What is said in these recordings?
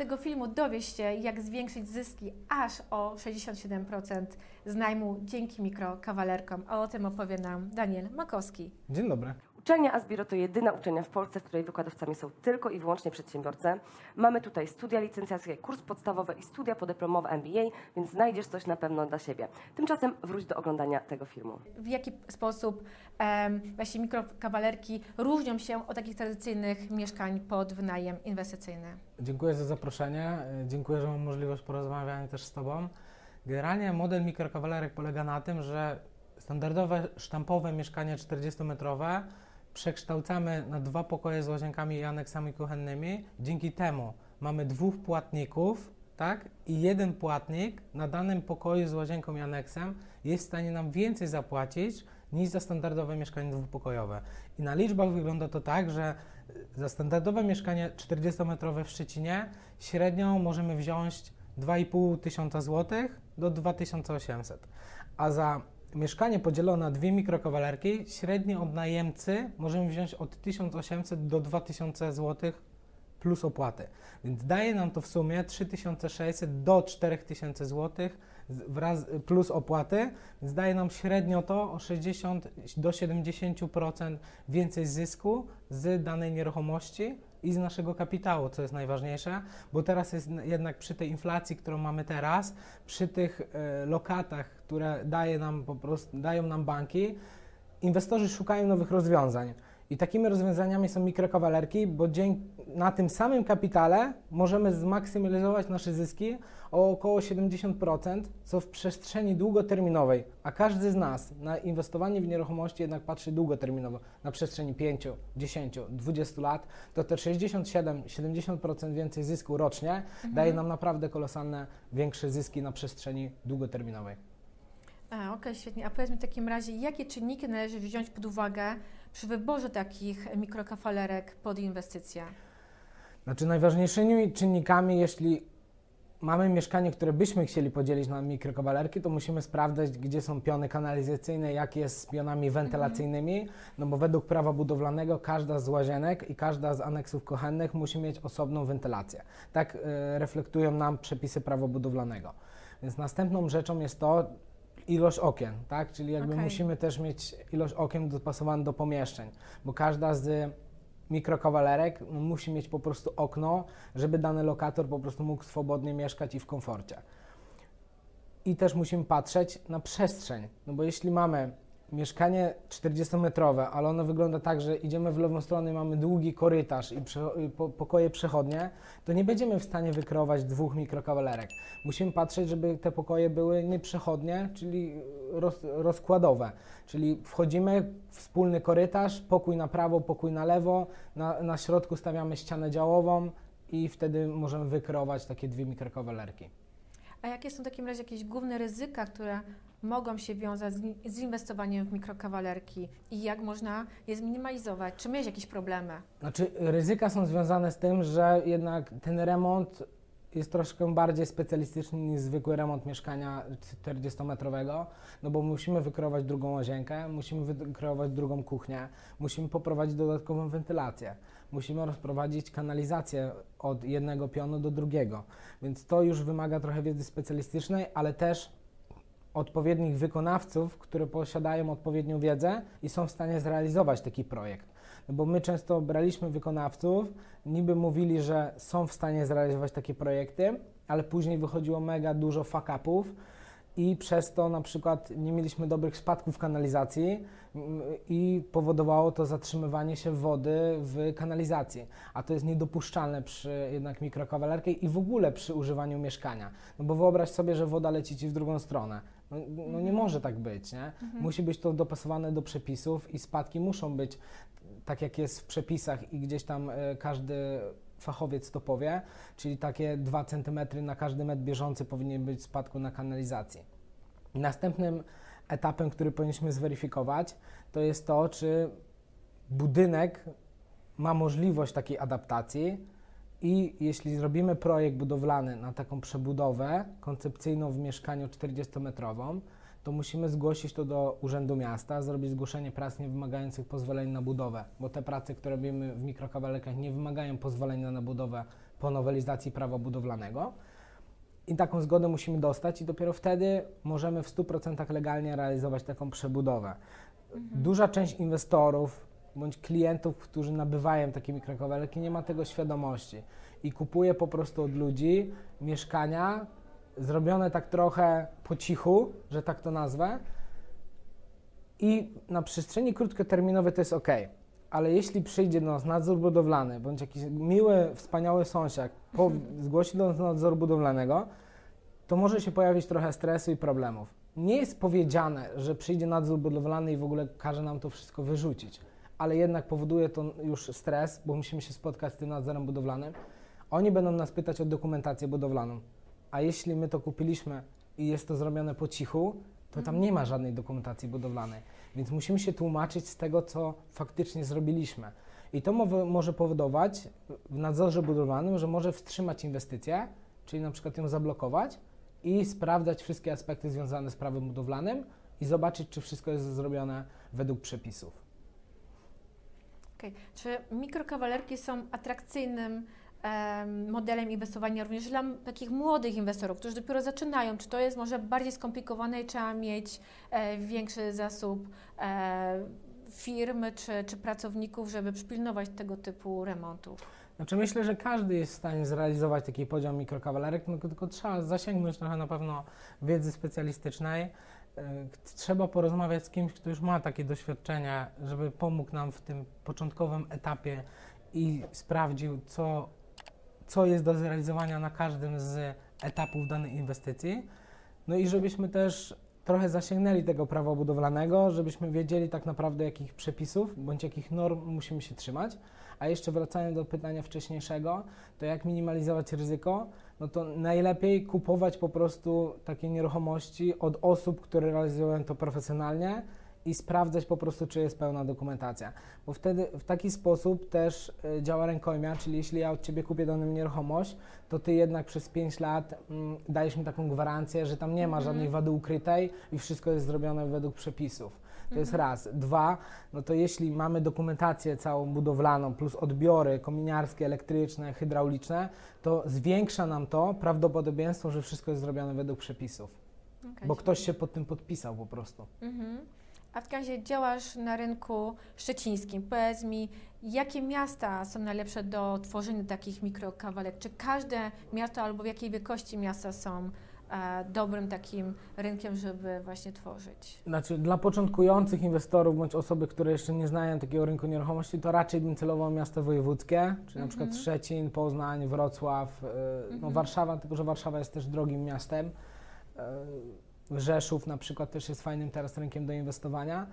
tego filmu dowiesz się, jak zwiększyć zyski aż o 67% z najmu dzięki mikrokawalerkom, a o tym opowie nam Daniel Makowski. Dzień dobry. Uczelnia Asbiro to jedyna uczelnia w Polsce, w której wykładowcami są tylko i wyłącznie przedsiębiorcy. Mamy tutaj studia licencjackie, kurs podstawowy i studia podyplomowe MBA, więc znajdziesz coś na pewno dla siebie. Tymczasem wróć do oglądania tego filmu. W jaki sposób właśnie mikrokawalerki różnią się od takich tradycyjnych mieszkań pod wynajem inwestycyjny? Dziękuję za zaproszenie. Dziękuję, że mam możliwość porozmawiania też z Tobą. Generalnie model mikrokawalerek polega na tym, że standardowe, sztampowe mieszkanie 40-metrowe przekształcamy na 2 pokoje z łazienkami i aneksami kuchennymi. Dzięki temu mamy 2 płatników, tak? I jeden płatnik na danym pokoju z łazienką i aneksem jest w stanie nam więcej zapłacić niż za standardowe mieszkanie dwupokojowe. I na liczbach wygląda to tak, że za standardowe mieszkanie 40-metrowe w Szczecinie średnią możemy wziąć 2,5 tysiąca złotych do 2800, a za mieszkanie podzielone na 2 mikrokawalerki średnio od najemcy możemy wziąć od 1800 do 2000 zł plus opłaty. Więc daje nam to w sumie 3600 do 4000 zł wraz plus opłaty, więc daje nam średnio to o 60 do 70% więcej zysku z danej nieruchomości i z naszego kapitału, co jest najważniejsze, bo teraz jest jednak przy tej inflacji, którą mamy teraz, przy tych lokatach, które dają nam banki, inwestorzy szukają nowych rozwiązań. I takimi rozwiązaniami są mikrokawalerki, bo na tym samym kapitale możemy zmaksymalizować nasze zyski o około 70%, co w przestrzeni długoterminowej, a każdy z nas na inwestowanie w nieruchomości jednak patrzy długoterminowo, na przestrzeni 5, 10, 20 lat, to te 67-70% więcej zysku rocznie daje nam naprawdę kolosalne większe zyski na przestrzeni długoterminowej. Okej, świetnie. A powiedz mi w takim razie, jakie czynniki należy wziąć pod uwagę przy wyborze takich mikrokawalerek pod inwestycje? Znaczy najważniejszymi czynnikami, jeśli mamy mieszkanie, które byśmy chcieli podzielić na mikrokawalerki, to musimy sprawdzać, gdzie są piony kanalizacyjne, jak jest z pionami wentylacyjnymi, no bo według prawa budowlanego każda z łazienek i każda z aneksów kuchennych musi mieć osobną wentylację. Tak reflektują nam przepisy prawa budowlanego. Więc następną rzeczą jest to, ilość okien, tak? Czyli jakby musimy też mieć ilość okien dopasowaną do pomieszczeń, bo każda z mikrokawalerek musi mieć po prostu okno, żeby dany lokator po prostu mógł swobodnie mieszkać i w komforcie. I też musimy patrzeć na przestrzeń, no bo jeśli mamy mieszkanie 40-metrowe, ale ono wygląda tak, że idziemy w lewą stronę i mamy długi korytarz i pokoje przechodnie, to nie będziemy w stanie wykreować 2 mikrokawalerek. Musimy patrzeć, żeby te pokoje były nie przechodnie, czyli rozkładowe. Czyli wchodzimy, wspólny korytarz, pokój na prawo, pokój na lewo, na środku stawiamy ścianę działową i wtedy możemy wykreować takie 2 mikrokawalerki. A jakie są w takim razie jakieś główne ryzyka, które mogą się wiązać z inwestowaniem w mikrokawalerki i jak można je zminimalizować? Czy mieć jakieś problemy? Znaczy, ryzyka są związane z tym, że jednak ten remont jest troszkę bardziej specjalistyczny niż zwykły remont mieszkania 40-metrowego, no bo musimy wykreować drugą łazienkę, musimy wykreować drugą kuchnię, musimy poprowadzić dodatkową wentylację, musimy rozprowadzić kanalizację od jednego pionu do drugiego, więc to już wymaga trochę wiedzy specjalistycznej, ale też odpowiednich wykonawców, które posiadają odpowiednią wiedzę i są w stanie zrealizować taki projekt. No bo my często braliśmy wykonawców, niby mówili, że są w stanie zrealizować takie projekty, ale później wychodziło mega dużo fuck-upów i przez to na przykład nie mieliśmy dobrych spadków kanalizacji i powodowało to zatrzymywanie się wody w kanalizacji, a to jest niedopuszczalne przy jednak mikrokawalerki i w ogóle przy używaniu mieszkania. No bo wyobraź sobie, że woda leci Ci w drugą stronę. No nie może tak być, nie? Musi być to dopasowane do przepisów i spadki muszą być tak jak jest w przepisach i gdzieś tam każdy fachowiec to powie, czyli takie 2 cm na każdy metr bieżący powinien być spadku na kanalizacji. Następnym etapem, który powinniśmy zweryfikować, to jest to, czy budynek ma możliwość takiej adaptacji i jeśli zrobimy projekt budowlany na taką przebudowę koncepcyjną w mieszkaniu 40-metrową, to musimy zgłosić to do Urzędu Miasta, zrobić zgłoszenie prac nie wymagających pozwolenia na budowę, bo te prace, które robimy w mikrokawalerkach, nie wymagają pozwolenia na budowę po nowelizacji prawa budowlanego. I taką zgodę musimy dostać i dopiero wtedy możemy w 100% legalnie realizować taką przebudowę. Duża część inwestorów bądź klientów, którzy nabywają takie mikrokawalerki, nie ma tego świadomości i kupuje po prostu od ludzi mieszkania zrobione tak trochę po cichu, że tak to nazwę, i na przestrzeni krótkoterminowej to jest ok. Ale jeśli przyjdzie do nas nadzór budowlany, bądź jakiś miły, wspaniały sąsiad zgłosi do nas nadzóru budowlanego, to może się pojawić trochę stresu i problemów. Nie jest powiedziane, że przyjdzie nadzór budowlany i w ogóle każe nam to wszystko wyrzucić, ale jednak powoduje to już stres, bo musimy się spotkać z tym nadzorem budowlanym. Oni będą nas pytać o dokumentację budowlaną, a jeśli my to kupiliśmy i jest to zrobione po cichu, to tam nie ma żadnej dokumentacji budowlanej. Więc musimy się tłumaczyć z tego, co faktycznie zrobiliśmy. I to może powodować w nadzorze budowlanym, że może wstrzymać inwestycję, czyli na przykład ją zablokować i sprawdzać wszystkie aspekty związane z prawem budowlanym i zobaczyć, czy wszystko jest zrobione według przepisów. Okay. Czy mikrokawalerki są atrakcyjnym modelem inwestowania również dla takich młodych inwestorów, którzy dopiero zaczynają? Czy to jest może bardziej skomplikowane i trzeba mieć większy zasób firmy czy pracowników, żeby przypilnować tego typu remontów? Znaczy myślę, że każdy jest w stanie zrealizować taki podział mikrokawalerek, no, tylko trzeba zasięgnąć trochę na pewno wiedzy specjalistycznej. Trzeba porozmawiać z kimś, kto już ma takie doświadczenia, żeby pomógł nam w tym początkowym etapie i sprawdził, co jest do zrealizowania na każdym z etapów danej inwestycji. No i żebyśmy też trochę zasięgnęli tego prawa budowlanego, żebyśmy wiedzieli tak naprawdę, jakich przepisów bądź jakich norm musimy się trzymać. A jeszcze wracając do pytania wcześniejszego, to jak minimalizować ryzyko? No to najlepiej kupować po prostu takie nieruchomości od osób, które realizują to profesjonalnie i sprawdzać po prostu, czy jest pełna dokumentacja. Bo wtedy w taki sposób też działa rękojmia, czyli jeśli ja od Ciebie kupię daną nieruchomość, to Ty jednak przez 5 lat dajesz mi taką gwarancję, że tam nie ma żadnej wady ukrytej i wszystko jest zrobione według przepisów. To jest raz. Dwa, no to jeśli mamy dokumentację całą budowlaną plus odbiory kominiarskie, elektryczne, hydrauliczne, to zwiększa nam to prawdopodobieństwo, że wszystko jest zrobione według przepisów. Okay, bo ktoś się pod tym podpisał po prostu. A w razie działasz na rynku szczecińskim. Powiedz mi, jakie miasta są najlepsze do tworzenia takich mikrokawalerek? Czy każde miasto albo w jakiej wielkości miasta są dobrym takim rynkiem, żeby właśnie tworzyć? Znaczy dla początkujących inwestorów bądź osoby, które jeszcze nie znają takiego rynku nieruchomości, to raczej bym celował miasta wojewódzkie, czyli na przykład Szczecin, Poznań, Wrocław, no Warszawa, tylko że Warszawa jest też drogim miastem. Rzeszów na przykład też jest fajnym teraz rynkiem do inwestowania,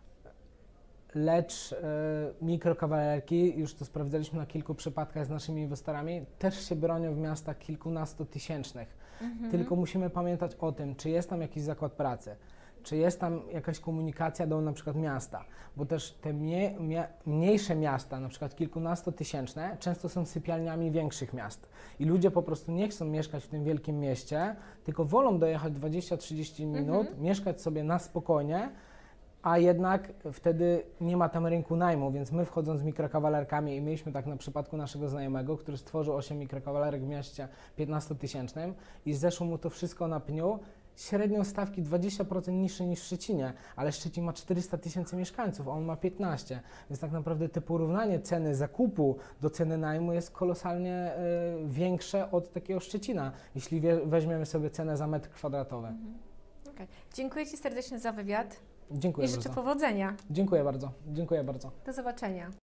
lecz mikrokawalerki, już to sprawdzaliśmy na kilku przypadkach z naszymi inwestorami, też się bronią w miastach kilkunastotysięcznych. Tylko musimy pamiętać o tym, czy jest tam jakiś zakład pracy, czy jest tam jakaś komunikacja do na przykład miasta, bo też te mniejsze miasta, na przykład kilkunastotysięczne, często są sypialniami większych miast i ludzie po prostu nie chcą mieszkać w tym wielkim mieście, tylko wolą dojechać 20-30 minut, mieszkać sobie na spokojnie, a jednak wtedy nie ma tam rynku najmu, więc my wchodząc z mikrokawalerkami i mieliśmy tak na przypadku naszego znajomego, który stworzył 8 mikrokawalerek w mieście 15-tysięcznym i zeszło mu to wszystko na pniu, średnią stawki 20% niższe niż w Szczecinie, ale Szczecin ma 400 000 mieszkańców, a on ma 15, więc tak naprawdę to porównanie ceny zakupu do ceny najmu jest kolosalnie większe od takiego Szczecina, jeśli weźmiemy sobie cenę za metr kwadratowy. Okay. Dziękuję Ci serdecznie za wywiad. Dziękuję I życzę bardzo. powodzenia. Dziękuję bardzo. Dziękuję bardzo. Do zobaczenia.